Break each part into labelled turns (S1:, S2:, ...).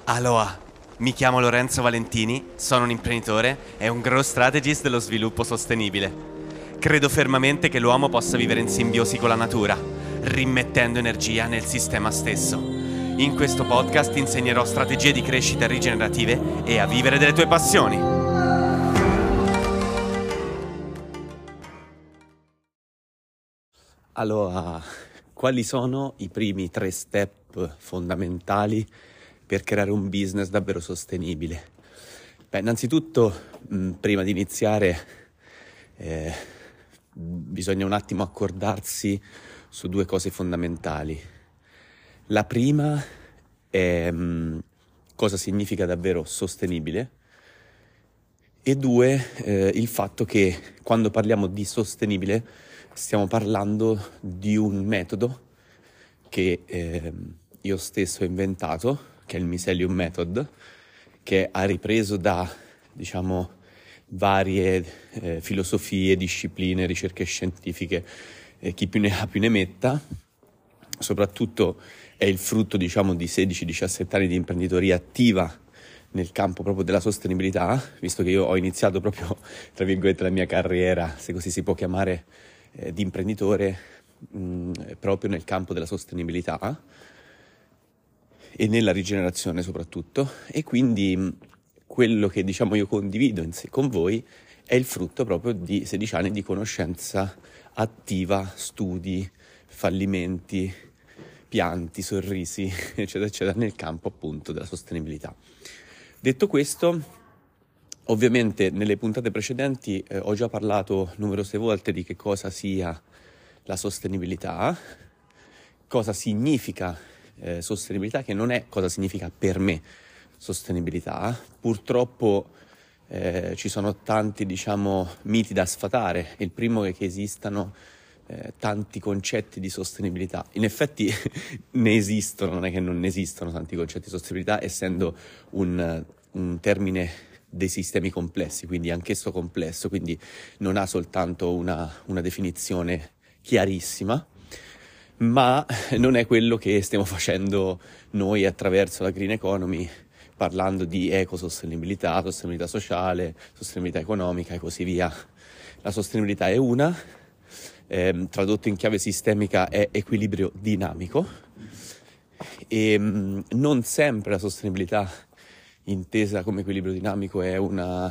S1: Aloha, mi chiamo Lorenzo Valentini, sono un imprenditore e un growth strategist dello sviluppo sostenibile. Credo fermamente che l'uomo possa vivere in simbiosi con la natura, rimettendo energia nel sistema stesso. In questo podcast ti insegnerò strategie di crescita rigenerative e a vivere delle tue passioni.
S2: Allora, quali sono i primi 3 step fondamentali per creare un business davvero sostenibile? Beh, innanzitutto, prima di iniziare, bisogna un attimo accordarsi su 2 cose fondamentali. La prima è cosa significa davvero sostenibile, e 2, il fatto che quando parliamo di sostenibile stiamo parlando di un metodo che io stesso ho inventato, che è il Mycelium Method, che ha ripreso da, varie filosofie, discipline, ricerche scientifiche, chi più ne ha più ne metta. Soprattutto è il frutto, di 16-17 anni di imprenditoria attiva nel campo proprio della sostenibilità, visto che io ho iniziato proprio, tra virgolette, la mia carriera, se così si può chiamare, di imprenditore, proprio nel campo della sostenibilità e nella rigenerazione soprattutto. E quindi quello che io condivido con voi è il frutto proprio di 16 anni di conoscenza attiva, studi, fallimenti, pianti, sorrisi, eccetera, eccetera, nel campo appunto della sostenibilità. Detto questo, ovviamente nelle puntate precedenti ho già parlato numerose volte di che cosa sia la sostenibilità, cosa significa sostenibilità, che non è cosa significa per me sostenibilità. Purtroppo ci sono tanti miti da sfatare. Il primo è che esistano tanti concetti di sostenibilità. In effetti ne esistono, non è che non esistono tanti concetti di sostenibilità, essendo un termine dei sistemi complessi, quindi anch'esso complesso, quindi non ha soltanto una definizione chiarissima, ma non è quello che stiamo facendo noi attraverso la green economy, parlando di ecosostenibilità, sostenibilità sociale, sostenibilità economica e così via. La sostenibilità è una, tradotto in chiave sistemica è equilibrio dinamico, e non sempre la sostenibilità intesa come equilibrio dinamico è un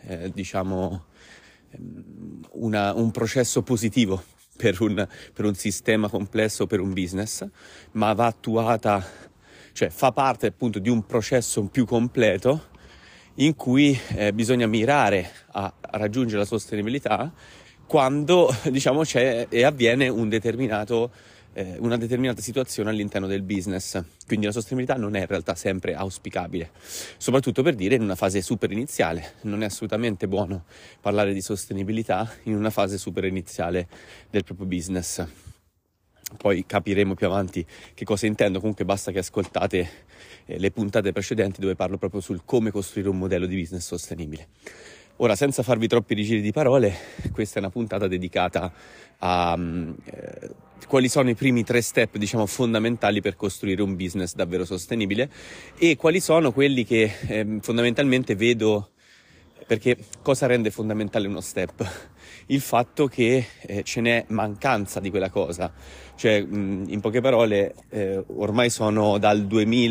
S2: processo positivo per un sistema complesso, per un business, ma va attuata, cioè fa parte appunto di un processo più completo in cui bisogna mirare a raggiungere la sostenibilità quando c'è e avviene una determinata situazione all'interno del business. Quindi la sostenibilità non è in realtà sempre auspicabile, soprattutto per dire in una fase super iniziale. Non è assolutamente buono parlare di sostenibilità in una fase super iniziale del proprio business. Poi capiremo più avanti che cosa intendo. Comunque basta che ascoltate le puntate precedenti dove parlo proprio sul come costruire un modello di business sostenibile. Ora, senza farvi troppi rigiri di parole, questa è una puntata dedicata a quali sono i primi 3 step, fondamentali per costruire un business davvero sostenibile, e quali sono quelli che fondamentalmente vedo. Perché cosa rende fondamentale uno step? Il fatto che ce n'è mancanza di quella cosa. Cioè, in poche parole, ormai sono dal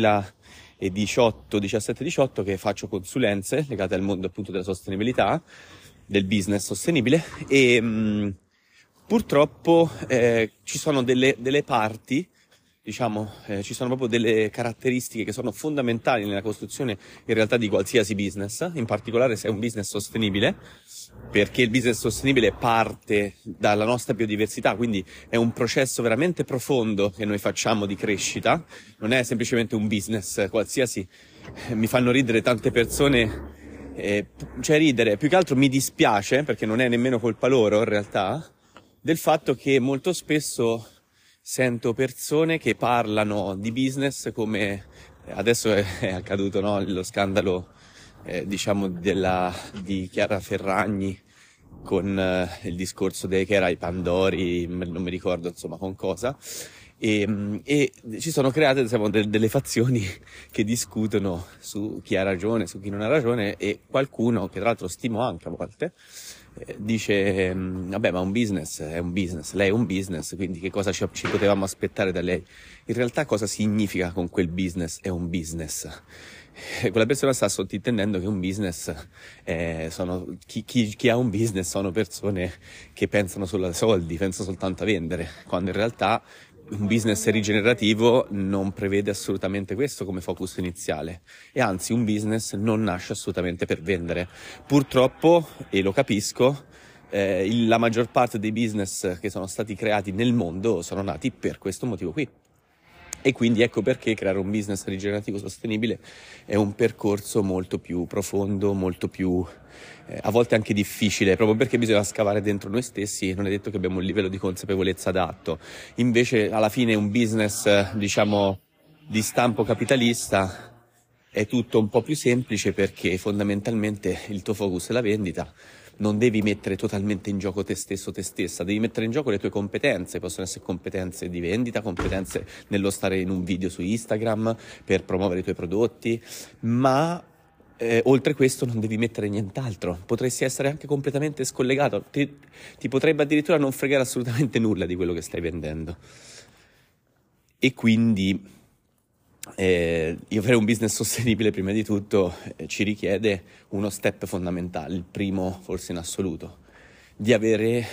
S2: 2017-18 che faccio consulenze legate al mondo appunto della sostenibilità, del business sostenibile, e purtroppo ci sono delle parti, ci sono proprio delle caratteristiche che sono fondamentali nella costruzione in realtà di qualsiasi business, in particolare se è un business sostenibile, perché il business sostenibile parte dalla nostra biodiversità, quindi è un processo veramente profondo che noi facciamo di crescita, non è semplicemente un business qualsiasi. Mi fanno ridere tante persone, ridere, più che altro mi dispiace, perché non è nemmeno colpa loro in realtà, del fatto che molto spesso sento persone che parlano di business come adesso è accaduto, no? Lo scandalo di Chiara Ferragni con il discorso che era i Pandori, non mi ricordo insomma con cosa, E ci sono create, diciamo, delle fazioni che discutono su chi ha ragione, su chi non ha ragione, e qualcuno, che tra l'altro stimo anche a volte, dice vabbè, ma un business è un business, lei è un business, quindi che cosa ci potevamo aspettare da lei? In realtà cosa significa con quel business è un business? Quella persona sta sottintendendo che un business chi ha un business sono persone che pensano solo ai soldi, pensano soltanto a vendere, quando in realtà un business rigenerativo non prevede assolutamente questo come focus iniziale, e anzi un business non nasce assolutamente per vendere. Purtroppo, e lo capisco, la maggior parte dei business che sono stati creati nel mondo sono nati per questo motivo qui. E quindi ecco perché creare un business rigenerativo sostenibile è un percorso molto più profondo, molto più a volte anche difficile, proprio perché bisogna scavare dentro noi stessi, e non è detto che abbiamo un livello di consapevolezza adatto. Invece alla fine un business, diciamo, di stampo capitalista è tutto un po' più semplice, perché fondamentalmente il tuo focus è la vendita. Non devi mettere totalmente in gioco te stesso, te stessa, devi mettere in gioco le tue competenze. Possono essere competenze di vendita, competenze nello stare in un video su Instagram per promuovere i tuoi prodotti, ma oltre questo non devi mettere nient'altro. Potresti essere anche completamente scollegato, ti potrebbe addirittura non fregare assolutamente nulla di quello che stai vendendo. E quindi io fare un business sostenibile, prima di tutto, ci richiede uno step fondamentale, il primo forse in assoluto, di avere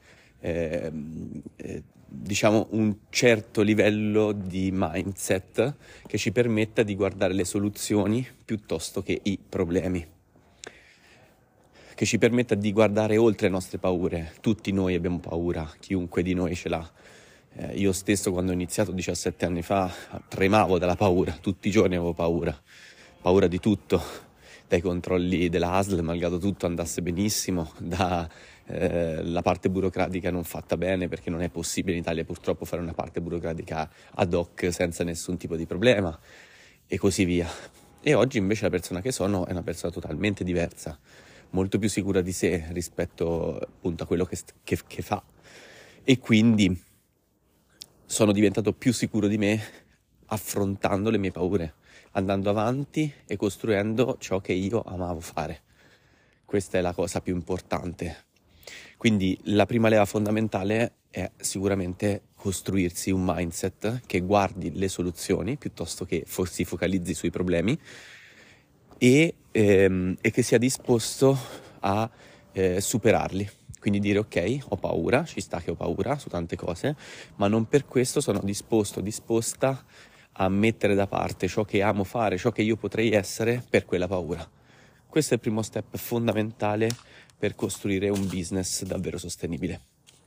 S2: diciamo un certo livello di mindset che ci permetta di guardare le soluzioni piuttosto che i problemi, che ci permetta di guardare oltre le nostre paure. Tutti noi abbiamo paura, chiunque di noi ce l'ha. Io stesso, quando ho iniziato 17 anni fa, tremavo dalla paura, tutti i giorni avevo paura di tutto, dai controlli della ASL, malgrado tutto andasse benissimo, la parte burocratica non fatta bene, perché non è possibile in Italia purtroppo fare una parte burocratica ad hoc senza nessun tipo di problema, e così via. E oggi invece la persona che sono è una persona totalmente diversa, molto più sicura di sé rispetto appunto a quello che fa, e quindi sono diventato più sicuro di me affrontando le mie paure, andando avanti e costruendo ciò che io amavo fare. Questa è la cosa più importante. Quindi la prima leva fondamentale è sicuramente costruirsi un mindset che guardi le soluzioni piuttosto che si focalizzi sui problemi, e che sia disposto a superarli. Quindi dire ok, ho paura, ci sta che ho paura su tante cose, ma non per questo sono disposta a mettere da parte ciò che amo fare, ciò che io potrei essere per quella paura. Questo è il primo step fondamentale per costruire un business davvero sostenibile.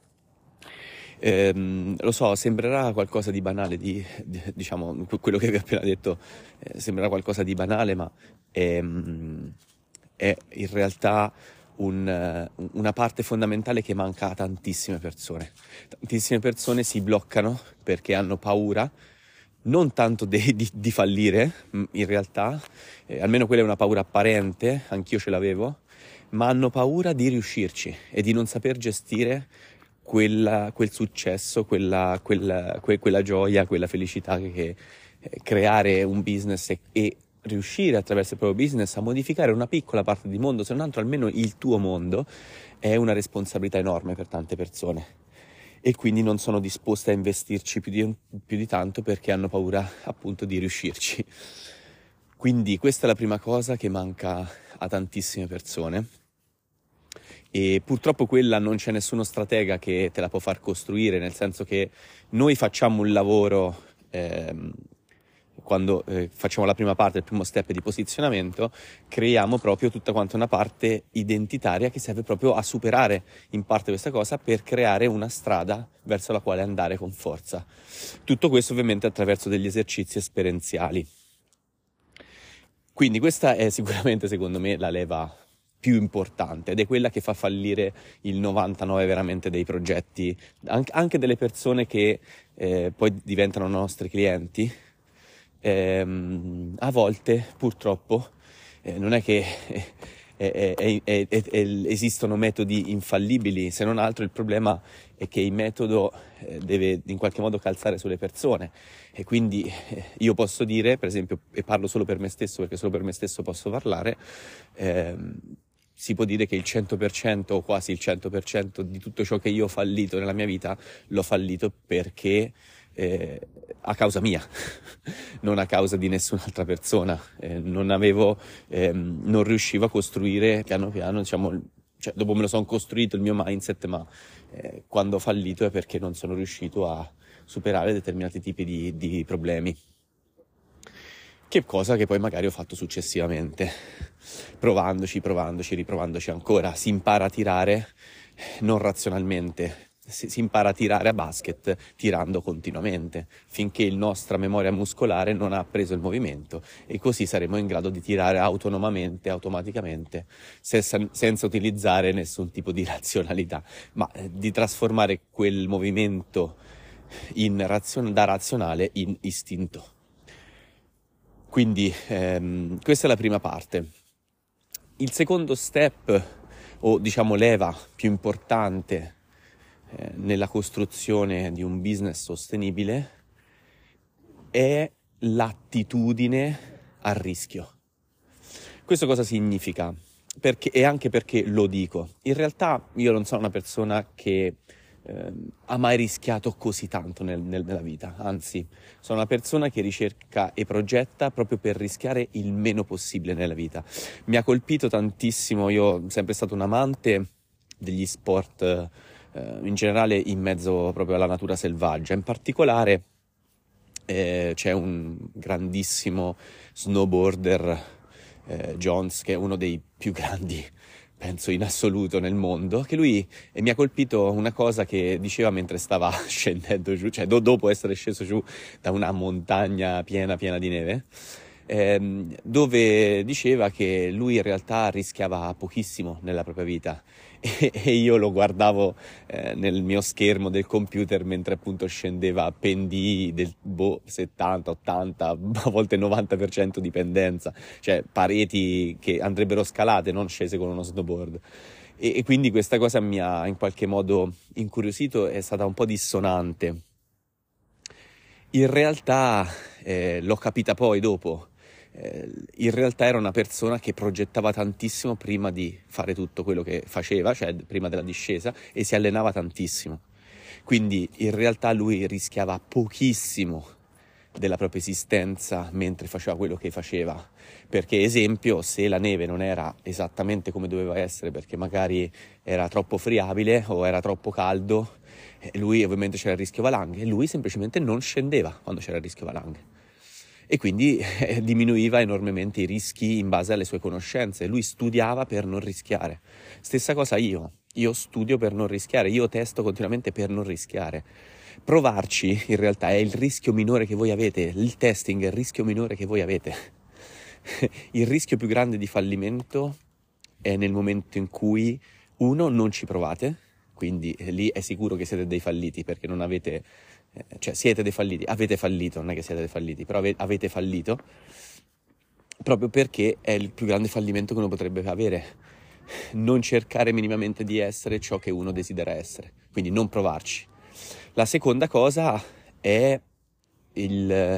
S2: Lo so, sembrerà qualcosa di banale, diciamo, quello che vi ho appena detto sembrerà qualcosa di banale, ma è in realtà una parte fondamentale che manca a tantissime persone. Tantissime persone si bloccano perché hanno paura, non tanto di fallire, in realtà, almeno quella è una paura apparente, anch'io ce l'avevo, ma hanno paura di riuscirci e di non saper gestire quel successo, quella gioia, quella felicità che creare un business e riuscire attraverso il proprio business a modificare una piccola parte di mondo, se non altro almeno il tuo mondo, è una responsabilità enorme per tante persone, e quindi non sono disposte a investirci più di tanto perché hanno paura appunto di riuscirci. Quindi questa è la prima cosa che manca a tantissime persone, e purtroppo quella non c'è nessuno stratega che te la può far costruire, nel senso che noi facciamo un lavoro quando facciamo la prima parte, il primo step di posizionamento, creiamo proprio tutta quanta una parte identitaria che serve proprio a superare in parte questa cosa per creare una strada verso la quale andare con forza. Tutto questo ovviamente attraverso degli esercizi esperienziali. Quindi questa è sicuramente, secondo me, la leva più importante, ed è quella che fa fallire il 99% veramente dei progetti, anche delle persone che poi diventano nostri clienti. A volte purtroppo non è che esistono metodi infallibili, se non altro il problema è che il metodo deve in qualche modo calzare sulle persone, e quindi io posso dire, per esempio, e parlo solo per me stesso perché solo per me stesso posso parlare, si può dire che il 100% o quasi il 100% di tutto ciò che io ho fallito nella mia vita l'ho fallito perché a causa mia, non a causa di nessun'altra persona. Non riuscivo a costruire piano piano, diciamo, cioè, dopo me lo sono costruito il mio mindset, ma quando ho fallito è perché non sono riuscito a superare determinati tipi di problemi. Che cosa che poi magari ho fatto successivamente, provandoci, riprovandoci ancora. Si impara a tirare non razionalmente, si impara a tirare a basket tirando continuamente, finché la nostra memoria muscolare non ha preso il movimento, e così saremo in grado di tirare autonomamente, automaticamente, senza utilizzare nessun tipo di razionalità, ma di trasformare quel movimento da razionale in istinto. Quindi questa è la prima parte. Il secondo step, o diciamo leva più importante nella costruzione di un business sostenibile, è l'attitudine al rischio. Questo cosa significa? E anche perché lo dico. In realtà io non sono una persona che ha mai rischiato così tanto nella vita, anzi sono una persona che ricerca e progetta proprio per rischiare il meno possibile nella vita. Mi ha colpito tantissimo, io sono sempre stato un amante degli sport in generale in mezzo proprio alla natura selvaggia. In particolare c'è un grandissimo snowboarder, Jones, che è uno dei più grandi, penso in assoluto, nel mondo, che lui mi ha colpito una cosa che diceva mentre stava scendendo giù, cioè dopo essere sceso giù da una montagna piena di neve, dove diceva che lui in realtà rischiava pochissimo nella propria vita, e io lo guardavo nel mio schermo del computer mentre appunto scendeva a pendii del 70, 80, a volte 90% di pendenza, cioè pareti che andrebbero scalate, non scese con uno snowboard. E quindi questa cosa mi ha in qualche modo incuriosito, è stata un po' dissonante. In realtà l'ho capita poi dopo. In realtà era una persona che progettava tantissimo prima di fare tutto quello che faceva, cioè prima della discesa, e si allenava tantissimo. Quindi in realtà lui rischiava pochissimo della propria esistenza mentre faceva quello che faceva, perché esempio, se la neve non era esattamente come doveva essere perché magari era troppo friabile o era troppo caldo, lui ovviamente c'era il rischio valanghe, e lui semplicemente non scendeva quando c'era il rischio valanghe, e quindi diminuiva enormemente i rischi in base alle sue conoscenze. Lui studiava per non rischiare. Stessa cosa io studio per non rischiare, io testo continuamente per non rischiare. Provarci in realtà è il rischio minore che voi avete, il testing è il rischio minore che voi avete. Il rischio più grande di fallimento è nel momento in cui, uno, non ci provate, quindi lì è sicuro che siete dei falliti, perché non avete, cioè siete dei falliti, avete fallito, non è che siete dei falliti, però avete fallito, proprio perché è il più grande fallimento che uno potrebbe avere, non cercare minimamente di essere ciò che uno desidera essere, quindi non provarci. La seconda cosa è il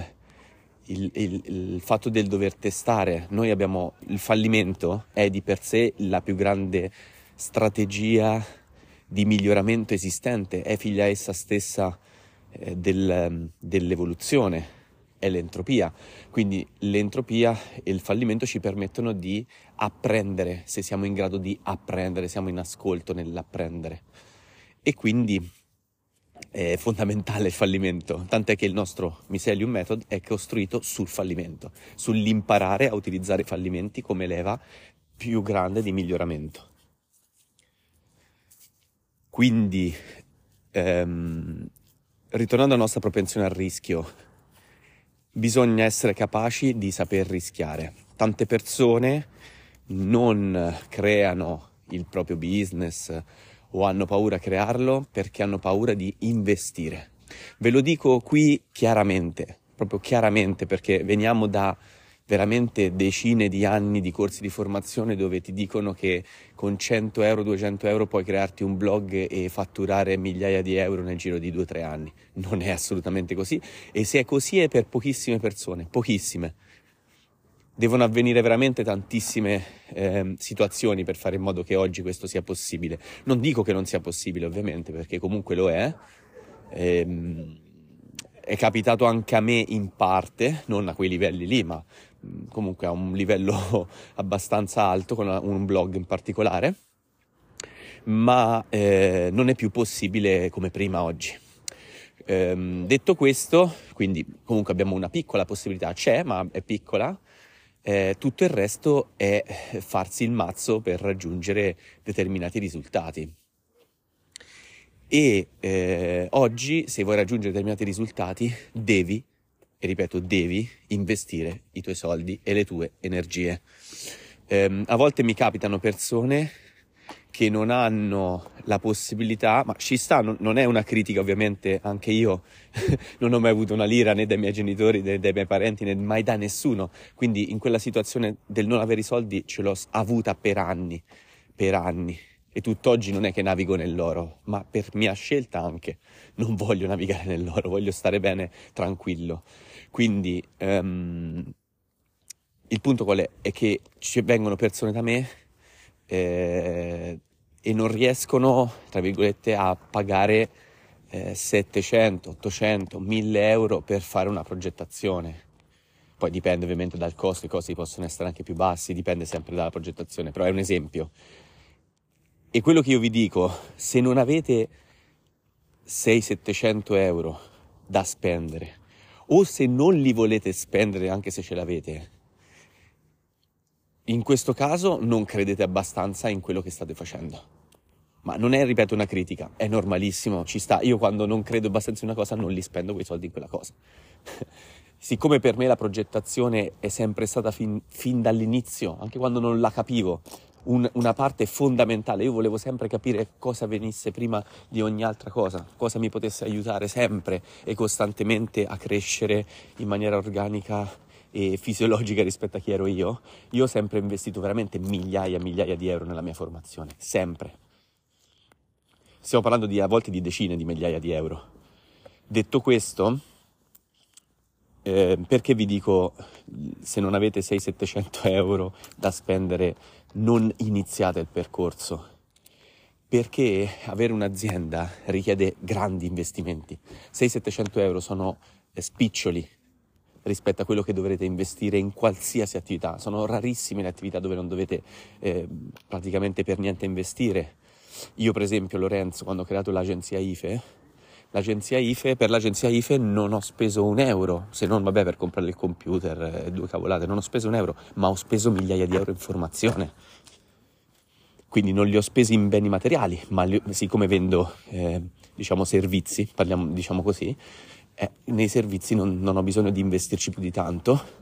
S2: fatto del dover testare. Noi abbiamo, il fallimento è di per sé la più grande strategia di miglioramento esistente, è figlia essa stessa dell'evoluzione, è l'entropia. Quindi l'entropia e il fallimento ci permettono di apprendere, se siamo in grado di apprendere, siamo in ascolto nell'apprendere, e quindi è fondamentale il fallimento, tant'è che il nostro Mycelium Method è costruito sul fallimento, sull'imparare a utilizzare i fallimenti come leva più grande di miglioramento. Quindi, ritornando alla nostra propensione al rischio, bisogna essere capaci di saper rischiare. Tante persone non creano il proprio business o hanno paura a crearlo perché hanno paura di investire. Ve lo dico qui chiaramente, proprio chiaramente, perché veniamo da veramente decine di anni di corsi di formazione dove ti dicono che con 100 euro, 200 euro puoi crearti un blog e fatturare migliaia di euro nel giro di 2-3 anni. Non è assolutamente così, e se è così è per pochissime persone, pochissime. Devono avvenire veramente tantissime situazioni per fare in modo che oggi questo sia possibile. Non dico che non sia possibile, ovviamente, perché comunque lo è. È capitato anche a me in parte, non a quei livelli lì, ma comunque a un livello abbastanza alto, con un blog in particolare, ma non è più possibile come prima oggi. Detto questo, quindi comunque abbiamo una piccola possibilità, c'è, ma è piccola. Tutto il resto è farsi il mazzo per raggiungere determinati risultati. E oggi, se vuoi raggiungere determinati risultati, devi, e ripeto, devi investire i tuoi soldi e le tue energie. A volte mi capitano persone che non hanno la possibilità, ma ci sta, non è una critica ovviamente, anche io non ho mai avuto una lira né dai miei genitori né dai miei parenti né mai da nessuno, quindi in quella situazione del non avere i soldi ce l'ho avuta per anni, e tutt'oggi non è che navigo nell'oro, ma per mia scelta anche, non voglio navigare nell'oro, voglio stare bene, tranquillo. Quindi il punto qual è? È che ci vengono persone da me e non riescono, tra virgolette, a pagare 700, 800, 1000 euro per fare una progettazione. Poi dipende ovviamente dal costo, i costi possono essere anche più bassi, dipende sempre dalla progettazione, però è un esempio. E quello che io vi dico, se non avete 600-700 euro da spendere, o se non li volete spendere anche se ce l'avete, in questo caso non credete abbastanza in quello che state facendo. Ma non è, ripeto, una critica, è normalissimo, ci sta. Io quando non credo abbastanza in una cosa non li spendo quei soldi in quella cosa. Siccome per me la progettazione è sempre stata fin dall'inizio, anche quando non la capivo, una parte fondamentale, io volevo sempre capire cosa venisse prima di ogni altra cosa mi potesse aiutare sempre e costantemente a crescere in maniera organica e fisiologica rispetto a chi ero io ho sempre investito veramente migliaia di euro nella mia formazione, sempre. Stiamo parlando a volte di decine di migliaia di euro. Detto questo, perché vi dico, se non avete 600-700 euro da spendere, non iniziate il percorso? Perché avere un'azienda richiede grandi investimenti. 600-700 euro sono spiccioli rispetto a quello che dovrete investire in qualsiasi attività. Sono rarissime le attività dove non dovete praticamente per niente investire. Io per esempio, Lorenzo, quando ho creato l'agenzia IFE, per l'agenzia IFE non ho speso un euro, se non vabbè per comprare il computer, due cavolate, non ho speso un euro, ma ho speso migliaia di euro in formazione. Quindi non li ho spesi in beni materiali, ma siccome vendo servizi, parliamo diciamo così, nei servizi non ho bisogno di investirci più di tanto.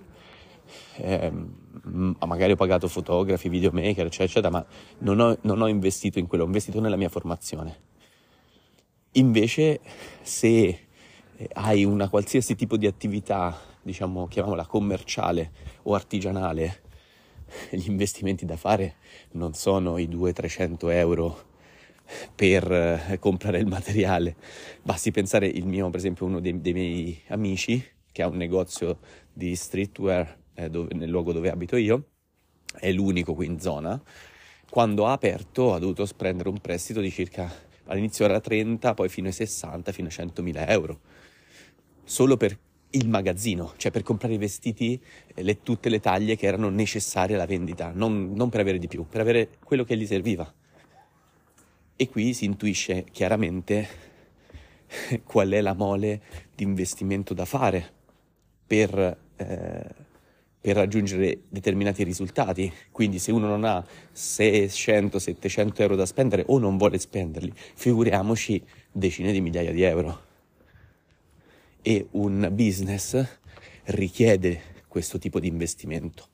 S2: Magari ho pagato fotografi, videomaker, eccetera, ma non ho investito in quello, ho investito nella mia formazione. Invece, se hai una qualsiasi tipo di attività, diciamo, chiamiamola commerciale o artigianale, gli investimenti da fare non sono i 200-300 euro per comprare il materiale. Basti pensare, per esempio, uno dei miei amici che ha un negozio di streetwear nel luogo dove abito io, è l'unico qui in zona, quando ha aperto ha dovuto prendere un prestito di circa, all'inizio era 30, poi fino ai 60, fino a 100.000 euro, solo per il magazzino, cioè per comprare i vestiti, tutte le taglie che erano necessarie alla vendita, non per avere di più, per avere quello che gli serviva. E qui si intuisce chiaramente qual è la mole di investimento da fare per raggiungere determinati risultati. Quindi se uno non ha 600-700 euro da spendere o non vuole spenderli, figuriamoci decine di migliaia di euro. E un business richiede questo tipo di investimento.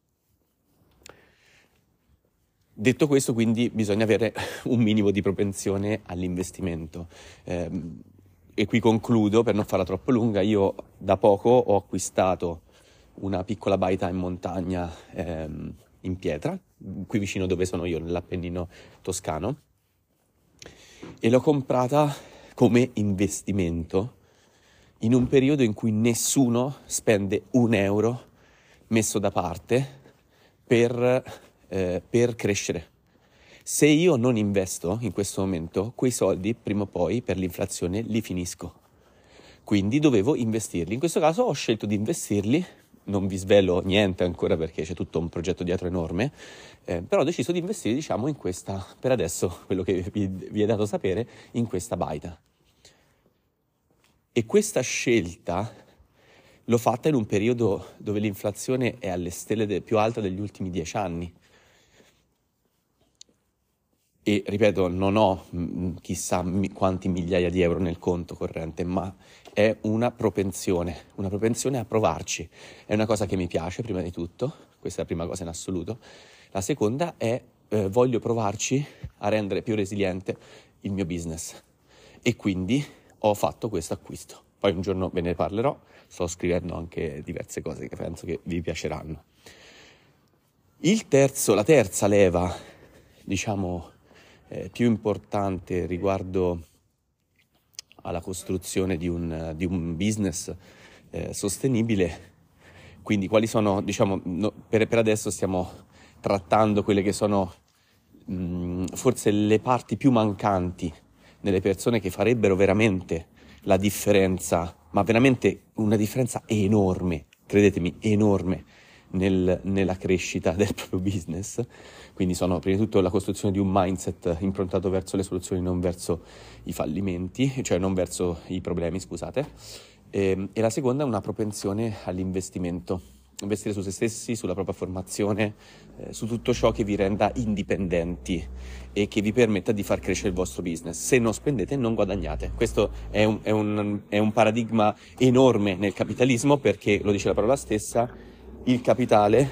S2: Detto questo, quindi, bisogna avere un minimo di propensione all'investimento. E qui concludo, per non farla troppo lunga. Io da poco ho acquistato una piccola baita in montagna in pietra, qui vicino dove sono io, nell'Appennino toscano, e l'ho comprata come investimento in un periodo in cui nessuno spende un euro messo da parte per crescere. Se io non investo in questo momento, quei soldi prima o poi per l'inflazione li finisco. Quindi dovevo investirli. In questo caso ho scelto di investirli, non vi svelo niente ancora perché c'è tutto un progetto dietro enorme, però ho deciso di investire, diciamo, in questa, per adesso, quello che vi è dato sapere, in questa baita. E questa scelta l'ho fatta in un periodo dove l'inflazione è alle stelle più alta degli ultimi 10 anni. E ripeto, non ho chissà quanti migliaia di euro nel conto corrente, ma è una propensione a provarci. È una cosa che mi piace, prima di tutto, questa è la prima cosa in assoluto. La seconda è voglio provarci a rendere più resiliente il mio business. E quindi ho fatto questo acquisto. Poi un giorno ve ne parlerò, sto scrivendo anche diverse cose che penso che vi piaceranno. La terza leva, diciamo, più importante riguardo alla costruzione di un business sostenibile. Quindi quali sono, diciamo, per adesso stiamo trattando quelle che sono forse le parti più mancanti nelle persone che farebbero veramente la differenza, ma veramente una differenza enorme, credetemi, enorme nella crescita del proprio business. Quindi sono prima di tutto la costruzione di un mindset improntato verso le soluzioni, non verso i fallimenti, cioè non verso i problemi, scusate. E la seconda è una propensione all'investimento. Investire su se stessi, sulla propria formazione, su tutto ciò che vi renda indipendenti e che vi permetta di far crescere il vostro business. Se non spendete non guadagnate. Questo è un paradigma enorme nel capitalismo, perché, lo dice la parola stessa, il capitale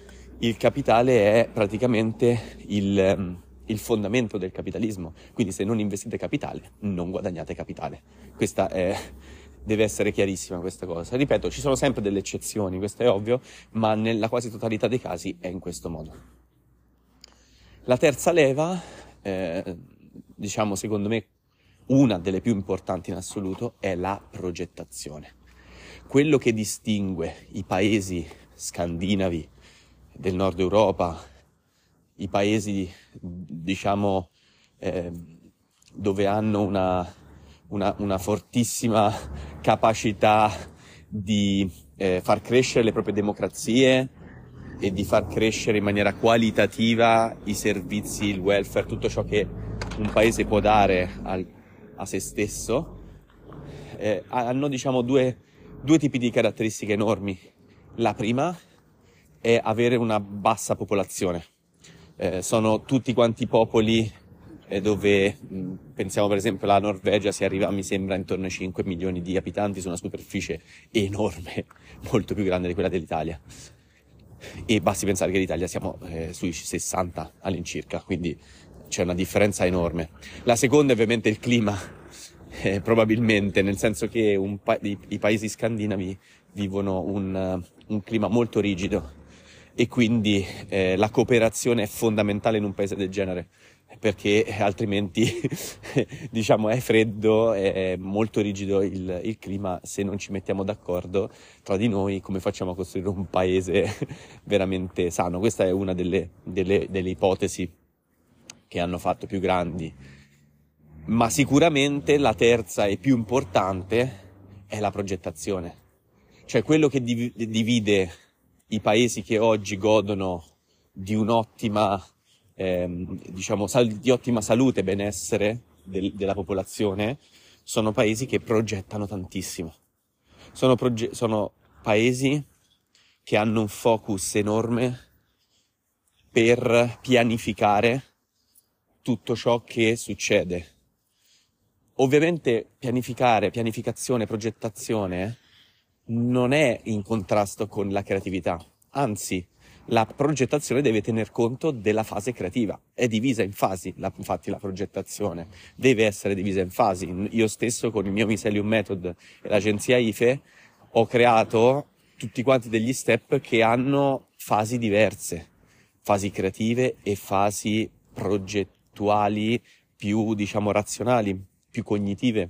S2: è praticamente il fondamento del capitalismo. Quindi se non investite capitale non guadagnate capitale. Deve essere chiarissima questa cosa. Ripeto, ci sono sempre delle eccezioni, questo è ovvio, ma nella quasi totalità dei casi è in questo modo. La terza leva, diciamo secondo me una delle più importanti in assoluto, è la progettazione. Quello che distingue i paesi scandinavi del nord Europa, i paesi, diciamo, dove hanno una fortissima capacità di far crescere le proprie democrazie e di far crescere in maniera qualitativa i servizi, il welfare, tutto ciò che un paese può dare a se stesso, hanno, diciamo, due tipi di caratteristiche enormi. La prima è avere una bassa popolazione. Sono tutti quanti popoli dove, pensiamo per esempio alla Norvegia, si arriva, mi sembra, intorno ai 5 milioni di abitanti su una superficie enorme, molto più grande di quella dell'Italia. E basti pensare che l'Italia siamo sui 60 all'incirca, quindi c'è una differenza enorme. La seconda è ovviamente il clima, probabilmente, nel senso che i paesi scandinavi vivono un clima molto rigido e quindi la cooperazione è fondamentale in un paese del genere, perché altrimenti diciamo è freddo, è molto rigido il clima. Se non ci mettiamo d'accordo tra di noi, come facciamo a costruire un paese veramente sano? Questa è una delle ipotesi che hanno fatto più grandi, ma sicuramente la terza e più importante è la progettazione, cioè quello che divide i paesi che oggi godono di un'ottima diciamo di ottima salute e benessere della popolazione. Sono paesi che progettano tantissimo, sono paesi che hanno un focus enorme per pianificare tutto ciò che succede. Ovviamente pianificazione, progettazione non è in contrasto con la creatività, anzi la progettazione deve tener conto della fase creativa, è divisa in fasi, infatti la progettazione deve essere divisa in fasi. Io stesso con il mio Mycelium Method e l'agenzia IFE ho creato tutti quanti degli step che hanno fasi diverse, fasi creative e fasi progettuali più, diciamo, razionali, più cognitive.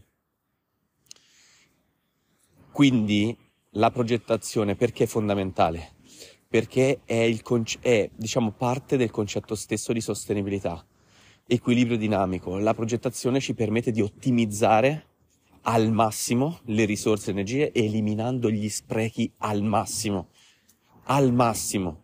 S2: Quindi la progettazione perché è fondamentale? Perché è diciamo, parte del concetto stesso di sostenibilità, equilibrio dinamico. La progettazione ci permette di ottimizzare al massimo le risorse e energie, eliminando gli sprechi al massimo. Al massimo.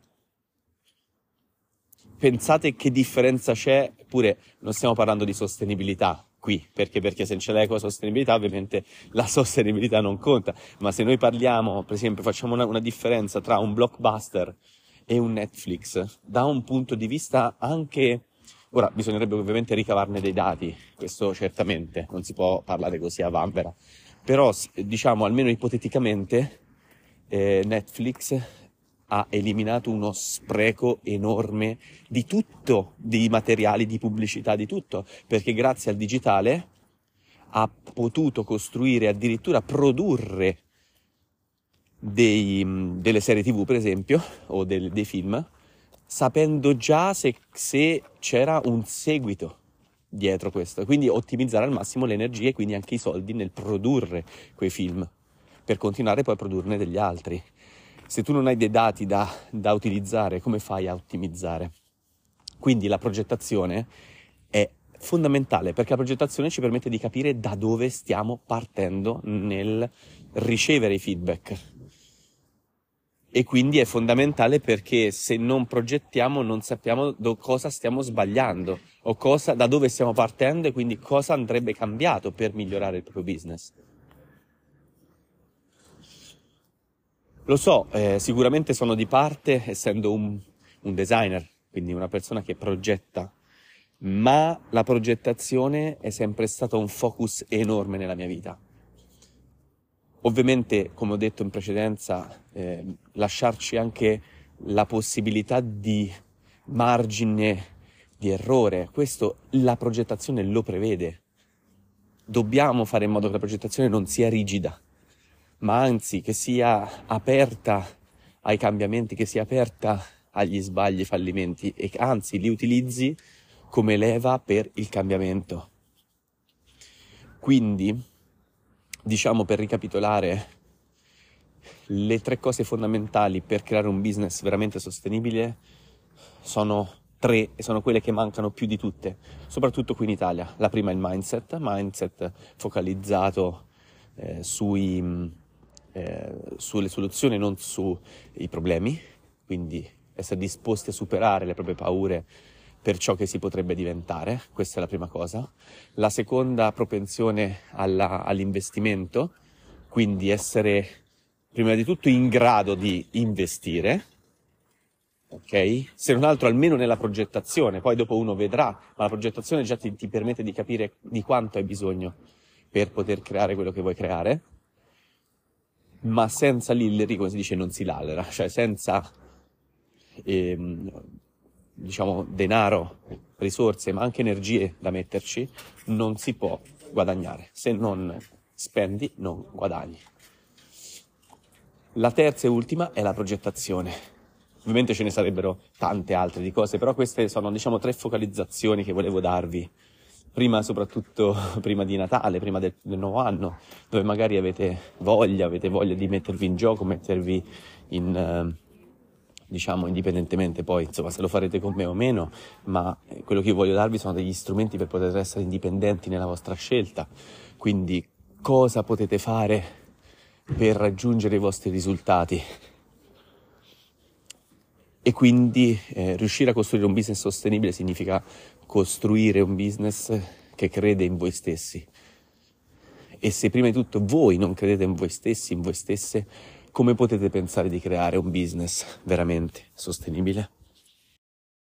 S2: Pensate che differenza c'è, pure non stiamo parlando di sostenibilità qui, perché se c'è l'ecosostenibilità ovviamente la sostenibilità non conta, ma se noi parliamo, per esempio, facciamo una differenza tra un blockbuster e un Netflix, da un punto di vista anche, ora bisognerebbe ovviamente ricavarne dei dati, questo certamente, non si può parlare così a vanvera, però diciamo almeno ipoteticamente Netflix ha eliminato uno spreco enorme di tutto, di materiali, di pubblicità, di tutto, perché grazie al digitale ha potuto costruire, addirittura produrre delle serie TV, per esempio, o dei film, sapendo già se c'era un seguito dietro questo, quindi ottimizzare al massimo le energie e quindi anche i soldi nel produrre quei film, per continuare poi a produrne degli altri. Se tu non hai dei dati da utilizzare, come fai a ottimizzare? Quindi la progettazione è fondamentale, perché la progettazione ci permette di capire da dove stiamo partendo nel ricevere i feedback. E quindi è fondamentale perché se non progettiamo non sappiamo cosa stiamo sbagliando o da dove stiamo partendo e quindi cosa andrebbe cambiato per migliorare il proprio business. Lo so, sicuramente sono di parte, essendo un designer, quindi una persona che progetta, ma la progettazione è sempre stato un focus enorme nella mia vita. Ovviamente, come ho detto in precedenza, lasciarci anche la possibilità di margine di errore, questo la progettazione lo prevede. Dobbiamo fare in modo che la progettazione non sia rigida, ma anzi che sia aperta ai cambiamenti, che sia aperta agli sbagli, ai fallimenti e anzi li utilizzi come leva per il cambiamento. Quindi, diciamo, per ricapitolare, le 3 cose fondamentali per creare un business veramente sostenibile sono 3 e sono quelle che mancano più di tutte, soprattutto qui in Italia. La prima è il mindset focalizzato sulle soluzioni, non sui problemi, quindi essere disposti a superare le proprie paure per ciò che si potrebbe diventare, questa è la prima cosa. La seconda, propensione all'investimento, quindi essere prima di tutto in grado di investire, ok? Se non altro almeno nella progettazione, poi dopo uno vedrà, ma la progettazione già ti permette di capire di quanto hai bisogno per poter creare quello che vuoi creare, ma senza lilleri, come si dice, non si lallera, cioè senza diciamo denaro, risorse, ma anche energie da metterci, non si può guadagnare. Se non spendi, non guadagni. La terza e ultima è la progettazione. Ovviamente ce ne sarebbero tante altre di cose, però queste sono, diciamo, 3 focalizzazioni che volevo darvi. Prima, soprattutto prima di Natale, prima del nuovo anno, dove magari avete voglia di mettervi in gioco, mettervi in, diciamo, indipendentemente poi, insomma, se lo farete con me o meno, ma quello che io voglio darvi sono degli strumenti per poter essere indipendenti nella vostra scelta. Quindi, cosa potete fare per raggiungere i vostri risultati? E quindi riuscire a costruire un business sostenibile significa costruire un business che crede in voi stessi. E se prima di tutto voi non credete in voi stessi, in voi stesse, come potete pensare di creare un business veramente sostenibile?